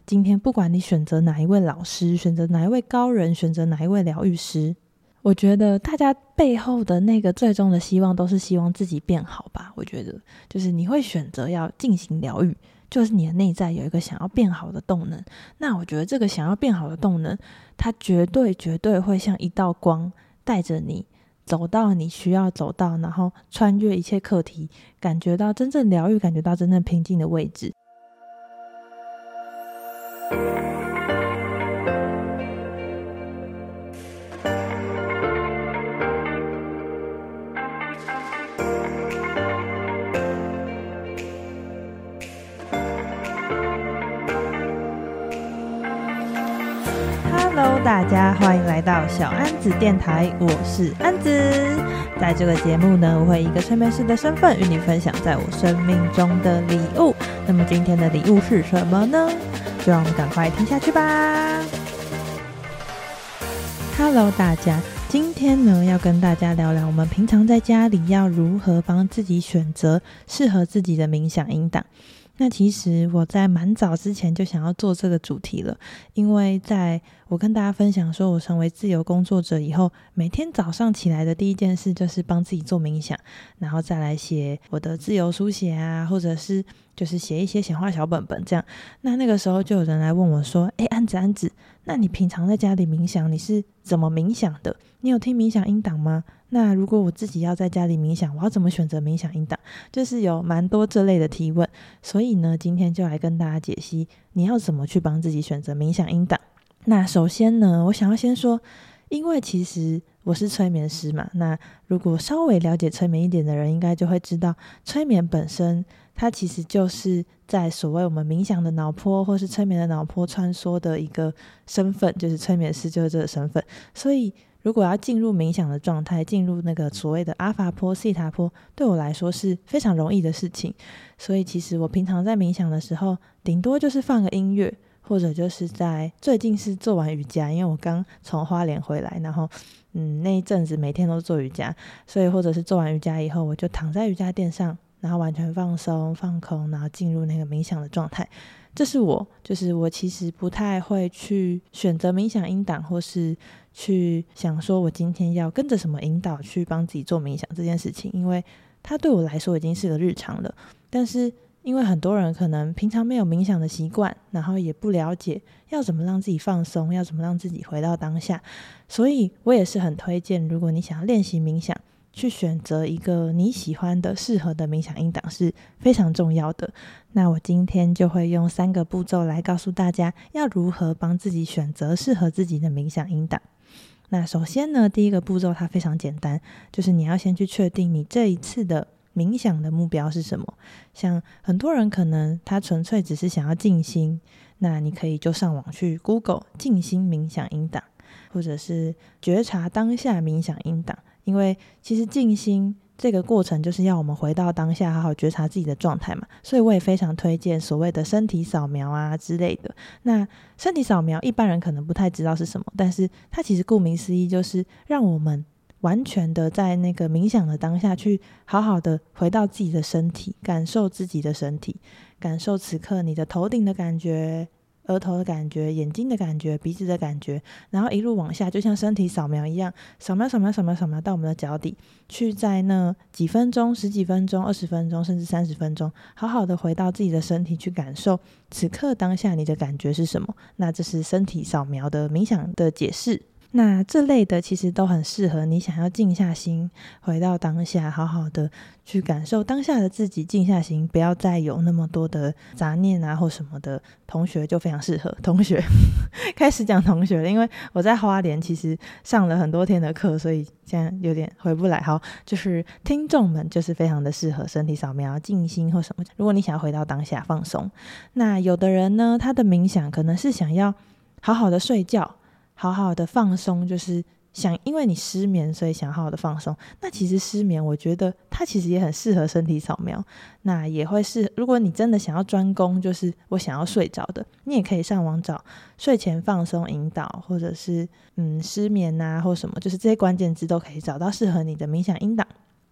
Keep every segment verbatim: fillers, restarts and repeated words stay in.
今天不管你选择哪一位老师，选择哪一位高人，选择哪一位疗愈师，我觉得大家背后的那个最终的希望都是希望自己变好吧。我觉得就是你会选择要进行疗愈，就是你的内在有一个想要变好的动能。那我觉得这个想要变好的动能，它绝对绝对会像一道光，带着你走到你需要走到，然后穿越一切课题，感觉到真正疗愈，感觉到真正平静的位置。Hello， 大家欢迎来到小安子电台，我是安子。在这个节目呢，我会以一个催眠师的身份与你分享在我生命中的礼物。那么今天的礼物是什么呢？就让我们赶快听下去吧。Hello， 大家，今天呢要跟大家聊聊我们平常在家里要如何帮自己选择适合自己的冥想音档。那其实我在蛮早之前就想要做这个主题了，因为在我跟大家分享说我成为自由工作者以后，每天早上起来的第一件事就是帮自己做冥想，然后再来写我的自由书写啊，或者是就是写一些显化小本本这样。那那个时候就有人来问我说，诶，安子安子，那你平常在家里冥想你是怎么冥想的？你有听冥想音档吗？那如果我自己要在家里冥想，我要怎么选择冥想音档？就是有蛮多这类的提问，所以呢今天就来跟大家解析你要怎么去帮自己选择冥想音档。那首先呢，我想要先说，因为其实我是催眠师嘛，那如果稍微了解催眠一点的人应该就会知道，催眠本身它其实就是在所谓我们冥想的脑波或是催眠的脑波穿梭的一个身份，就是催眠师就是这个身份。所以如果要进入冥想的状态，进入那个所谓的阿法波、西塔波，对我来说是非常容易的事情。所以其实我平常在冥想的时候，顶多就是放个音乐，或者就是在最近是做完瑜伽，因为我刚从花莲回来，然后嗯那一阵子每天都做瑜伽，所以或者是做完瑜伽以后，我就躺在瑜伽垫上，然后完全放松放空，然后进入那个冥想的状态。这是我就是我其实不太会去选择冥想音档，或是去想说我今天要跟着什么引导去帮自己做冥想这件事情，因为它对我来说已经是个日常了。但是因为很多人可能平常没有冥想的习惯，然后也不了解要怎么让自己放松，要怎么让自己回到当下，所以我也是很推荐，如果你想要练习冥想，去选择一个你喜欢的适合的冥想音档是非常重要的。那我今天就会用三个步骤来告诉大家要如何帮自己选择适合自己的冥想音档。那首先呢，第一个步骤它非常简单，就是你要先去确定你这一次的冥想的目标是什么。像很多人可能他纯粹只是想要静心，那你可以就上网去 Google 静心冥想音档，或者是觉察当下冥想音档。因为其实静心这个过程就是要我们回到当下，好好觉察自己的状态嘛，所以我也非常推荐所谓的身体扫描啊之类的。那身体扫描一般人可能不太知道是什么，但是它其实顾名思义就是让我们完全的在那个冥想的当下去好好的回到自己的身体，感受自己的身体，感受此刻你的头顶的感觉，额头的感觉，眼睛的感觉，鼻子的感觉，然后一路往下，就像身体扫描一样，扫描扫描扫描扫描到我们的脚底，去在那几分钟、十几分钟、二十分钟甚至三十分钟，好好的回到自己的身体，去感受此刻当下你的感觉是什么。那这是身体扫描的冥想的解释。那这类的其实都很适合你想要静下心，回到当下，好好的去感受当下的自己，静下心，不要再有那么多的杂念啊或什么的。同学就非常适合，同学开始讲同学了，因为我在花莲其实上了很多天的课，所以现在有点回不来。好，就是听众们就是非常的适合身体扫描、静心或什么。如果你想要回到当下放松，那有的人呢，他的冥想可能是想要好好的睡觉，好好的放松，就是想因为你失眠所以想好好的放松。那其实失眠我觉得它其实也很适合身体扫描，那也会是如果你真的想要专攻，就是我想要睡着的，你也可以上网找睡前放松引导，或者是嗯失眠啊或什么，就是这些关键字都可以找到适合你的冥想音档。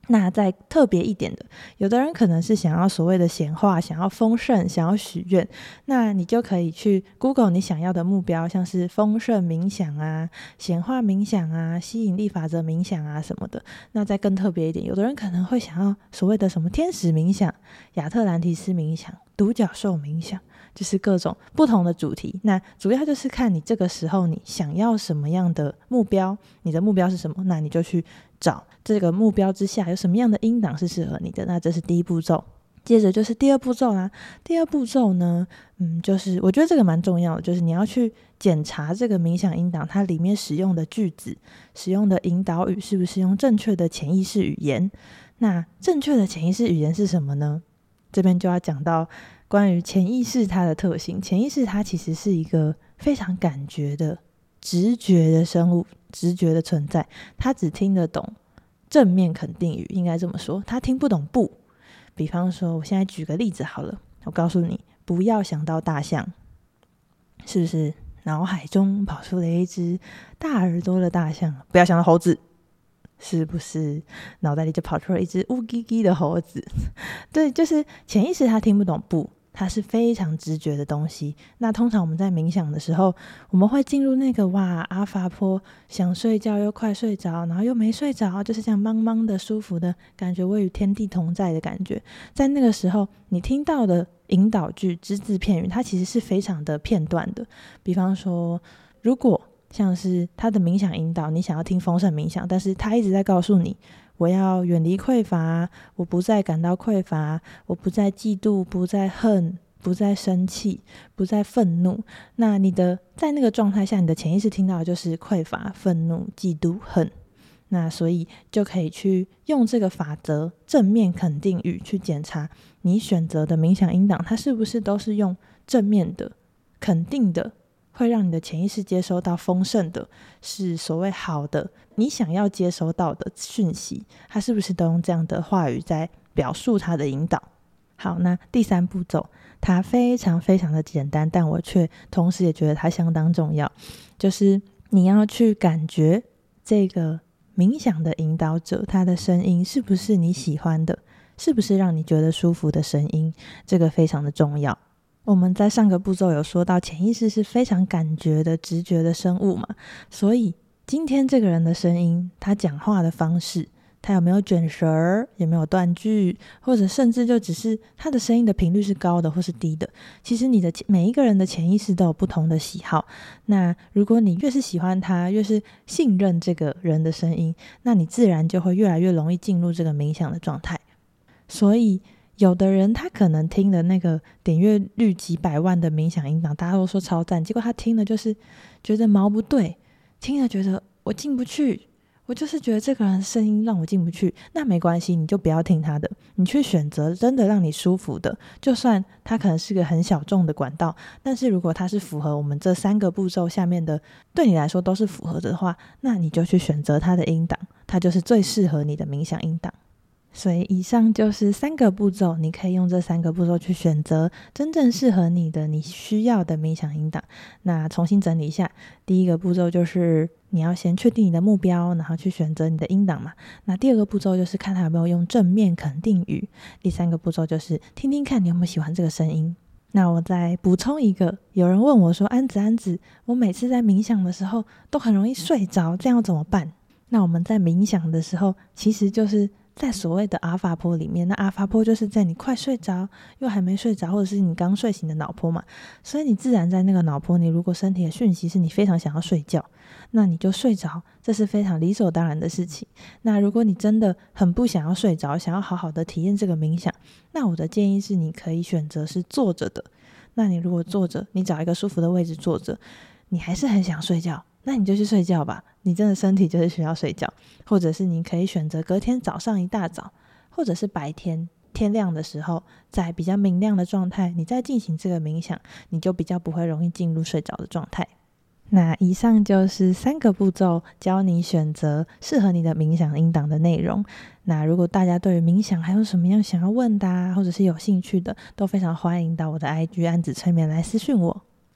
那再特别一点的，有的人可能是想要所谓的显化，想要丰盛，想要许愿，那你就可以去 Google 你想要的目标，像是丰盛冥想啊、显化冥想啊、吸引力法则冥想啊什么的。那再更特别一点，有的人可能会想要所谓的什么天使冥想、亚特兰提斯冥想、独角兽冥想，就是各种不同的主题。那主要就是看你这个时候你想要什么样的目标，你的目标是什么，那你就去找这个目标之下有什么样的音档是适合你的。那这是第一步骤。接着就是第二步骤啦。第二步骤呢，嗯，就是我觉得这个蛮重要的，就是你要去检查这个冥想音档它里面使用的句子、使用的引导语是不是用正确的潜意识语言。那正确的潜意识语言是什么呢？这边就要讲到关于潜意识它的特性。潜意识它其实是一个非常感觉的、直觉的生物，直觉的存在。它只听得懂正面肯定语，应该这么说，它听不懂不。比方说，我现在举个例子好了，我告诉你，不要想到大象，是不是脑海中跑出了一只大耳朵的大象？不要想到猴子，是不是脑袋里就跑出了一只乌叽叽的猴子？对，就是潜意识它听不懂不，它是非常直觉的东西。那通常我们在冥想的时候，我们会进入那个哇阿法波，想睡觉又快睡着，然后又没睡着，就是这样茫茫的舒服的感觉，我与天地同在的感觉。在那个时候你听到的引导句、只字片语，它其实是非常的片段的。比方说，如果像是他的冥想引导，你想要听丰盛冥想，但是他一直在告诉你，我要远离匮乏，我不再感到匮乏，我不再嫉妒，不再恨，不再生气，不再愤怒。那你的在那个状态下，你的潜意识听到的就是匮乏、愤怒、嫉妒、恨。那所以就可以去用这个法则正面肯定语去检查你选择的冥想音档，它是不是都是用正面的、肯定的，会让你的潜意识接收到丰盛的，是所谓好的，你想要接收到的讯息，它是不是都用这样的话语在表述它的引导。好，那第三步骤它非常非常的简单，但我却同时也觉得它相当重要，就是你要去感觉这个冥想的引导者他的声音是不是你喜欢的，是不是让你觉得舒服的声音，这个非常的重要。我们在上个步骤有说到潜意识是非常感觉的直觉的生物嘛，所以今天这个人的声音，他讲话的方式，他有没有卷舌儿，有没有断句，或者甚至就只是他的声音的频率是高的或是低的，其实你的每一个人的潜意识都有不同的喜好。那如果你越是喜欢他，越是信任这个人的声音，那你自然就会越来越容易进入这个冥想的状态。所以有的人他可能听的那个点阅率几百万的冥想音档，大家都说超赞，结果他听的就是觉得毛不对，听了觉得我进不去，我就是觉得这个人声音让我进不去。那没关系，你就不要听他的，你去选择真的让你舒服的，就算他可能是个很小众的管道，但是如果他是符合我们这三个步骤下面的，对你来说都是符合的话，那你就去选择他的音档，他就是最适合你的冥想音档。所以以上就是三个步骤，你可以用这三个步骤去选择真正适合你的、你需要的冥想音档。那重新整理一下，第一个步骤就是你要先确定你的目标，然后去选择你的音档嘛。那第二个步骤就是看他有没有用正面肯定语。第三个步骤就是听听看你有没有喜欢这个声音。那我再补充一个，有人问我说，安子安子，我每次在冥想的时候都很容易睡着，这样怎么办？那我们在冥想的时候，其实就是在所谓的阿法波里面，那阿法波就是在你快睡着又还没睡着，或者是你刚睡醒的脑波嘛，所以你自然在那个脑波，你如果身体的讯息是你非常想要睡觉，那你就睡着，这是非常理所当然的事情。那如果你真的很不想要睡着，想要好好的体验这个冥想，那我的建议是你可以选择是坐着的。那你如果坐着，你找一个舒服的位置坐着，你还是很想睡觉，那你就去睡觉吧，你真的身体就是需要睡觉。或者是你可以选择隔天早上一大早，或者是白天天亮的时候，在比较明亮的状态，你再进行这个冥想，你就比较不会容易进入睡着的状态。那以上就是三个步骤，教你选择适合你的冥想音档的内容。那如果大家对于冥想还有什么样想要问的啊，或者是有兴趣的，都非常欢迎到我的 I G 安子催眠来私讯我。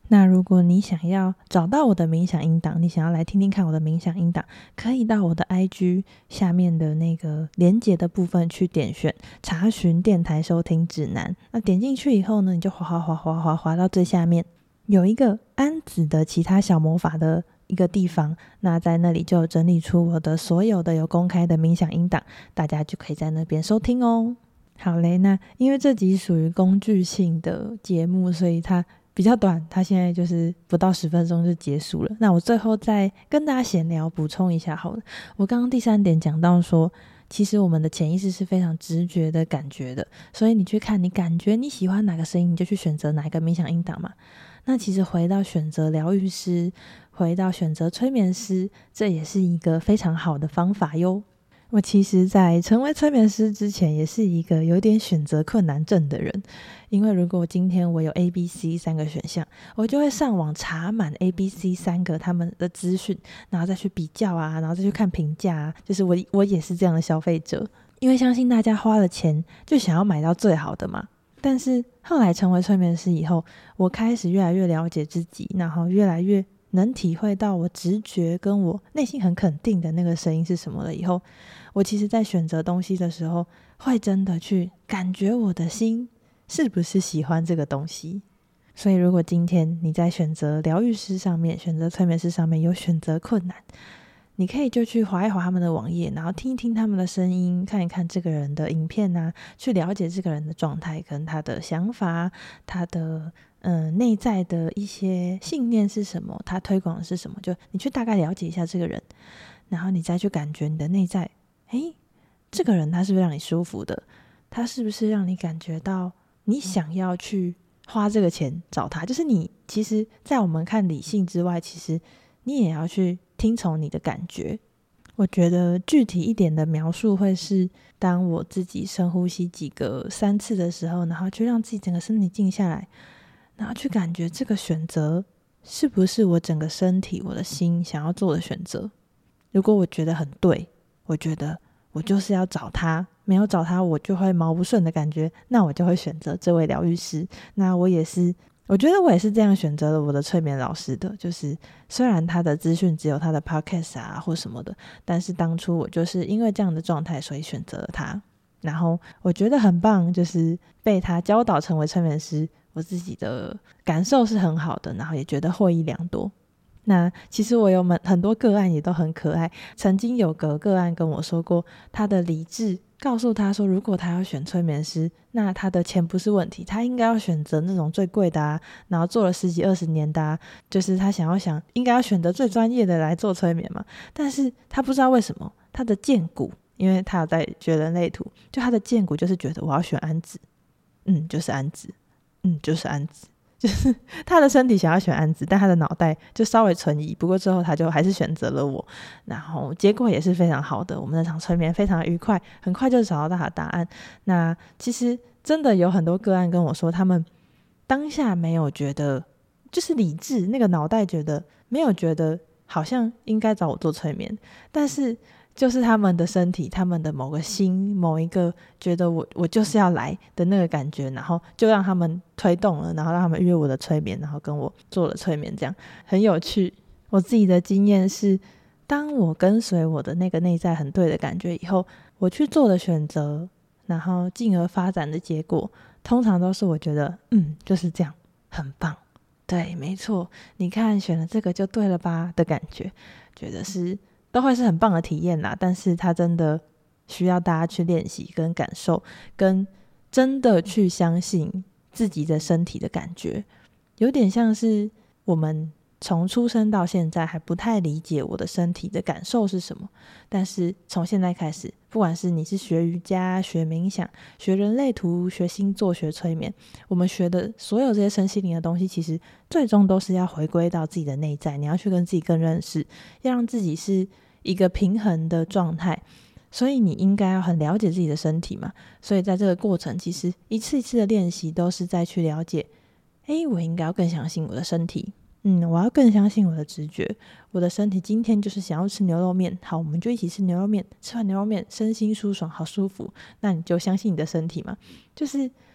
那如果你想要找到我的冥想音档，你想要来听听看我的冥想音档，可以到我的 I G 下面的那个连结的部分去点选查询电台收听指南。那点进去以后呢，你就滑滑滑滑滑滑到最下面有一个安子的其他小魔法的一个地方，那在那里就整理出我的所有的有公开的冥想音档，大家就可以在那边收听哦。好嘞，那因为这集属于工具性的节目，所以它比较短，它现在就是不到十分钟就结束了。那我最后再跟大家闲聊补充一下好了。我刚刚第三点讲到说，其实我们的潜意识是非常直觉的感觉的，所以你去看你感觉你喜欢哪个声音，你就去选择哪一个冥想音档嘛。那其实回到选择疗愈师，回到选择催眠师，这也是一个非常好的方法哟。我其实在成为催眠师之前也是一个有点选择困难症的人，因为如果今天我有 A、B、C 三个选项，我就会上网查满 A、B、C 三个他们的资讯，然后再去比较啊，然后再去看评价啊，就是我我也是这样的消费者，因为相信大家花了钱就想要买到最好的嘛。但是后来成为催眠师以后，我开始越来越了解自己，然后越来越能体会到我直觉跟我内心很肯定的那个声音是什么了以后，我其实在选择东西的时候会真的去感觉我的心是不是喜欢这个东西。所以如果今天你在选择疗愈师上面，选择催眠师上面有选择困难，你可以就去滑一滑他们的网页，然后听一听他们的声音，看一看这个人的影片啊，去了解这个人的状态跟他的想法，他的嗯内在的一些信念是什么，他推广的是什么，就你去大概了解一下这个人，然后你再去感觉你的内在，诶，这个人他是不是让你舒服的，他是不是让你感觉到你想要去花这个钱找他，就是你其实在我们看理性之外，其实你也要去听从你的感觉。我觉得具体一点的描述会是，当我自己深呼吸几个三次的时候，然后去让自己整个身体静下来，然后去感觉这个选择是不是我整个身体我的心想要做的选择。如果我觉得很对，我觉得我就是要找他，没有找他我就会毛不顺的感觉，那我就会选择这位疗愈师。那我也是我觉得我也是这样选择了我的催眠老师的，就是虽然他的资讯只有他的 podcast 啊或什么的，但是当初我就是因为这样的状态所以选择了他，然后我觉得很棒，就是被他教导成为催眠师，我自己的感受是很好的，然后也觉得获益良多。那其实我有很多个案也都很可爱，曾经有个个案跟我说过，他的理智告诉他说，如果他要选催眠师，那他的钱不是问题，他应该要选择那种最贵的啊，然后做了十几二十年的啊，就是他想要想应该要选择最专业的来做催眠嘛。但是他不知道为什么他的荐骨，因为他有在学人类图，就他的荐骨就是觉得我要选安子，嗯就是安子，嗯就是安子，就是他的身体想要选安子，但他的脑袋就稍微存疑，不过最后他就还是选择了我，然后结果也是非常好的，我们那场催眠非常愉快，很快就找到他的答案。那其实真的有很多个案跟我说，他们当下没有觉得，就是理智那个脑袋觉得没有觉得好像应该找我做催眠，但是就是他们的身体，他们的某个心，某一个觉得我我就是要来的那个感觉，然后就让他们推动了，然后让他们约我的催眠，然后跟我做了催眠，这样很有趣。我自己的经验是，当我跟随我的那个内在很对的感觉以后，我去做的选择，然后进而发展的结果，通常都是我觉得嗯就是这样，很棒，对没错，你看选了这个就对了吧的感觉，觉得是都会是很棒的体验啦。但是它真的需要大家去练习跟感受，跟真的去相信自己的身体的感觉。有点像是我们从出生到现在还不太理解我的身体的感受是什么，但是从现在开始，不管是你是学瑜伽、学冥想、学人类图、学星座、学催眠，我们学的所有这些身心灵的东西，其实最终都是要回归到自己的内在，你要去跟自己更认识，要让自己是一个平衡的状态。所以你应该要很了解自己的身体嘛，所以在这个过程其实一次一次的练习都是在去了解，诶，我应该要更相信我的身体，嗯，我要更相信我的直觉，我的身体今天就是想要吃牛肉面，好，我们就一起吃牛肉面，吃完牛肉面身心舒爽好舒服，那你就相信你的身体嘛。就是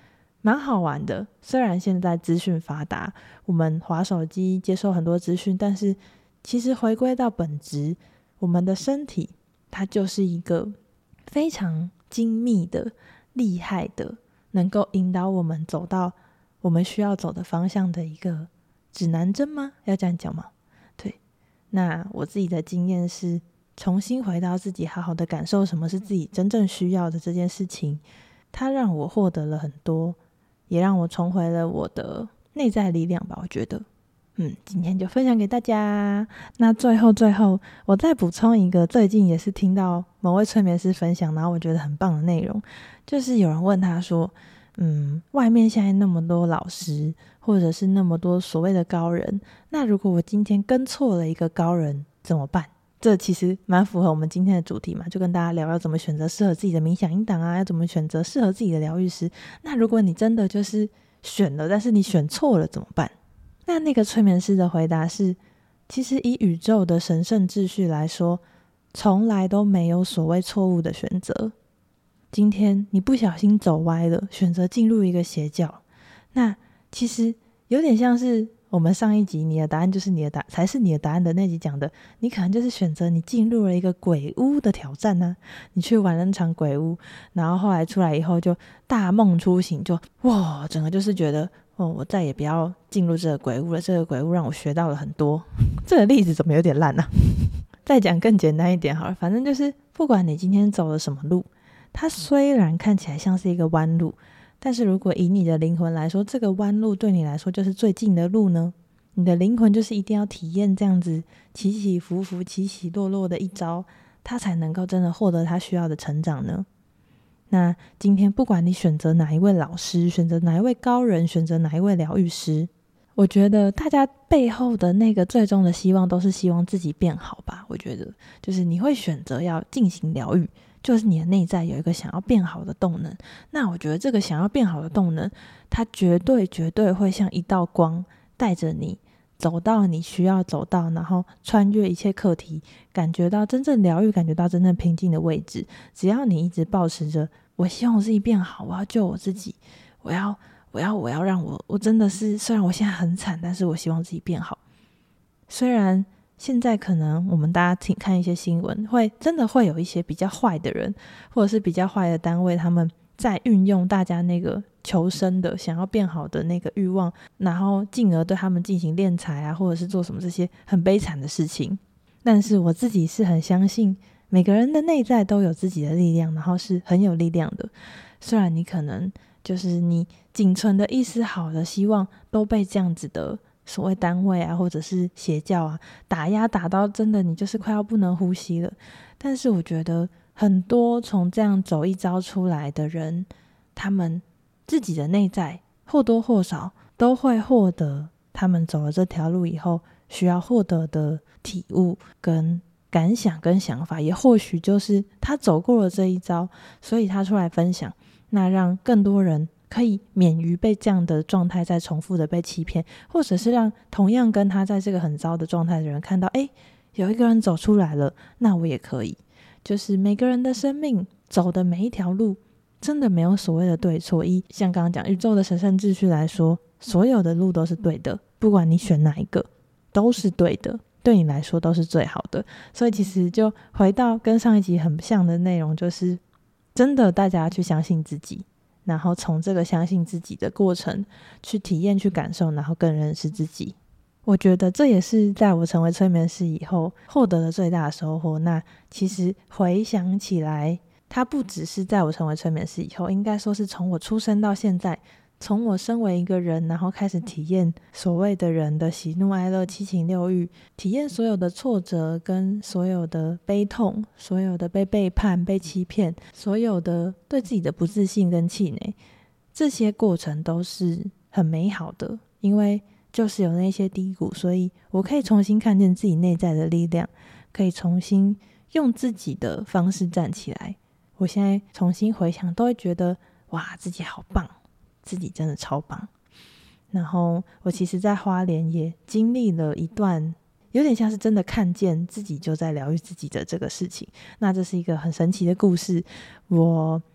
蛮好玩的。虽然现在资讯发达，我们滑手机接受很多资讯，但是其实回归到本质，我们的身体它就是一个非常精密的、厉害的，能够引导我们走到我们需要走的方向的一个指南针吗？要这样讲吗？对，那我自己的经验是重新回到自己，好好的感受什么是自己真正需要的这件事情，它让我获得了很多，也让我重回了我的内在力量吧，我觉得。嗯，今天就分享给大家。那最后最后，我再补充一个最近也是听到某位催眠师分享，然后我觉得很棒的内容，就是有人问他说，嗯，外面现在那么多老师，或者是那么多所谓的高人，那如果我今天跟错了一个高人怎么办？这其实蛮符合我们今天的主题嘛，就跟大家聊要怎么选择适合自己的冥想引导啊，要怎么选择适合自己的疗愈师。那如果你真的就是选了，但是你选错了怎么办？那那个催眠师的回答是，其实以宇宙的神圣秩序来说，从来都没有所谓错误的选择。今天你不小心走歪了，选择进入一个邪教，那其实有点像是我们上一集你的答案就是你的答才是你的答案的那集讲的，你可能就是选择你进入了一个鬼屋的挑战呢、啊，你去玩了那场鬼屋，然后后来出来以后就大梦初醒，就哇，整个就是觉得哦，我再也不要进入这个鬼屋了，这个鬼屋让我学到了很多。这个例子怎么有点烂啊？再讲更简单一点好了，反正就是不管你今天走了什么路，它虽然看起来像是一个弯路，但是如果以你的灵魂来说，这个弯路对你来说就是最近的路呢，你的灵魂就是一定要体验这样子起起伏伏起起落落的一遭，它才能够真的获得它需要的成长呢。那今天不管你选择哪一位老师，选择哪一位高人，选择哪一位疗愈师，我觉得大家背后的那个最终的希望都是希望自己变好吧。我觉得就是你会选择要进行疗愈，就是你的内在有一个想要变好的动能。那我觉得这个想要变好的动能，它绝对绝对会像一道光带着你走到你需要走到，然后穿越一切课题，感觉到真正疗愈，感觉到真正平静的位置。只要你一直抱持着我希望我自己变好，我要救我自己，我要我要我要让我我真的是，虽然我现在很惨，但是我希望自己变好。虽然现在可能我们大家听看一些新闻，会真的会有一些比较坏的人，或者是比较坏的单位，他们在运用大家那个求生的想要变好的那个欲望，然后进而对他们进行敛财啊，或者是做什么这些很悲惨的事情。但是我自己是很相信每个人的内在都有自己的力量，然后是很有力量的。虽然你可能就是你仅存的一丝好的希望都被这样子的所谓单位啊，或者是邪教啊打压，打到真的你就是快要不能呼吸了。但是我觉得很多从这样走一遭出来的人，他们自己的内在或多或少都会获得他们走了这条路以后需要获得的体悟跟感想跟想法，也或许就是他走过了这一遭，所以他出来分享，那让更多人可以免于被这样的状态再重复的被欺骗，或者是让同样跟他在这个很糟的状态的人看到，诶，有一个人走出来了，那我也可以。就是每个人的生命走的每一条路真的没有所谓的对错，一像刚刚讲宇宙的神圣秩序来说，所有的路都是对的，不管你选哪一个都是对的，对你来说都是最好的。所以其实就回到跟上一集很像的内容，就是真的大家去相信自己，然后从这个相信自己的过程去体验去感受，然后更认识自己。我觉得这也是在我成为催眠师以后获得的最大的收获。那其实回想起来，它不只是在我成为催眠师以后，应该说是从我出生到现在，从我身为一个人，然后开始体验所谓的人的喜怒哀乐七情六欲，体验所有的挫折跟所有的悲痛，所有的被背叛被欺骗，所有的对自己的不自信跟气馁，这些过程都是很美好的。因为就是有那些低谷，所以我可以重新看见自己内在的力量，可以重新用自己的方式站起来。我现在重新回想都会觉得哇，自己好棒，自己真的超棒。然后我其实在花莲也经历了一段有点像是真的看见自己就在疗愈自己的这个事情。那这是一个很神奇的故事，我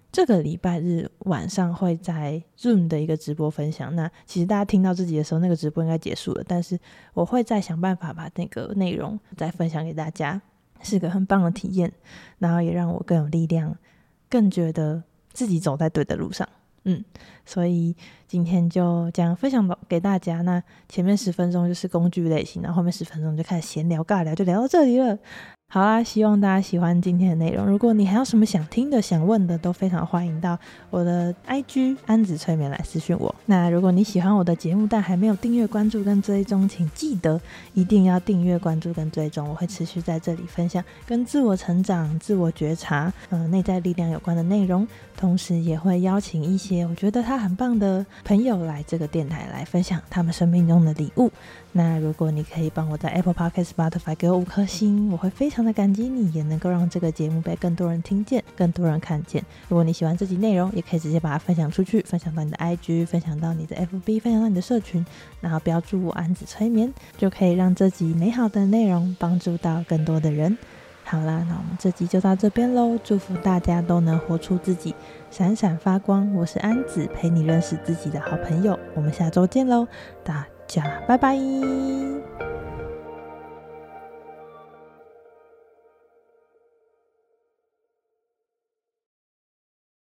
这个礼拜日晚上会在 Zoom 的一个直播分享，那其实大家听到自己的时候那个直播应该结束了，但是我会再想办法把那个内容再分享给大家，是个很棒的体验，然后也让我更有力量，更觉得自己走在对的路上。嗯，所以今天就这样分享给大家。那前面十分钟就是工具类型，然后后面十分钟就开始闲聊尬聊，就聊到这里了。好啦，希望大家喜欢今天的内容。如果你还有什么想听的、想问的，都非常欢迎到我的 I G 安子催眠来私讯我。那如果你喜欢我的节目，但还没有订阅、关注跟追踪，请记得一定要订阅、关注跟追踪。我会持续在这里分享跟自我成长、自我觉察、呃内在力量有关的内容，同时也会邀请一些我觉得他很棒的朋友来这个电台来分享他们生命中的礼物。那如果你可以帮我在 Apple Podcast、Spotify 给我五颗星，我会非常的感激你，也能够让这个节目被更多人听见，更多人看见。如果你喜欢这集内容，也可以直接把它分享出去，分享到你的 I G， 分享到你的 F B， 分享到你的社群，然后标注我安子催眠，就可以让这集美好的内容帮助到更多的人。好啦，那我们这集就到这边咯，祝福大家都能活出自己，闪闪发光。我是安子，陪你认识自己的好朋友，我们下周见咯，大家拜拜。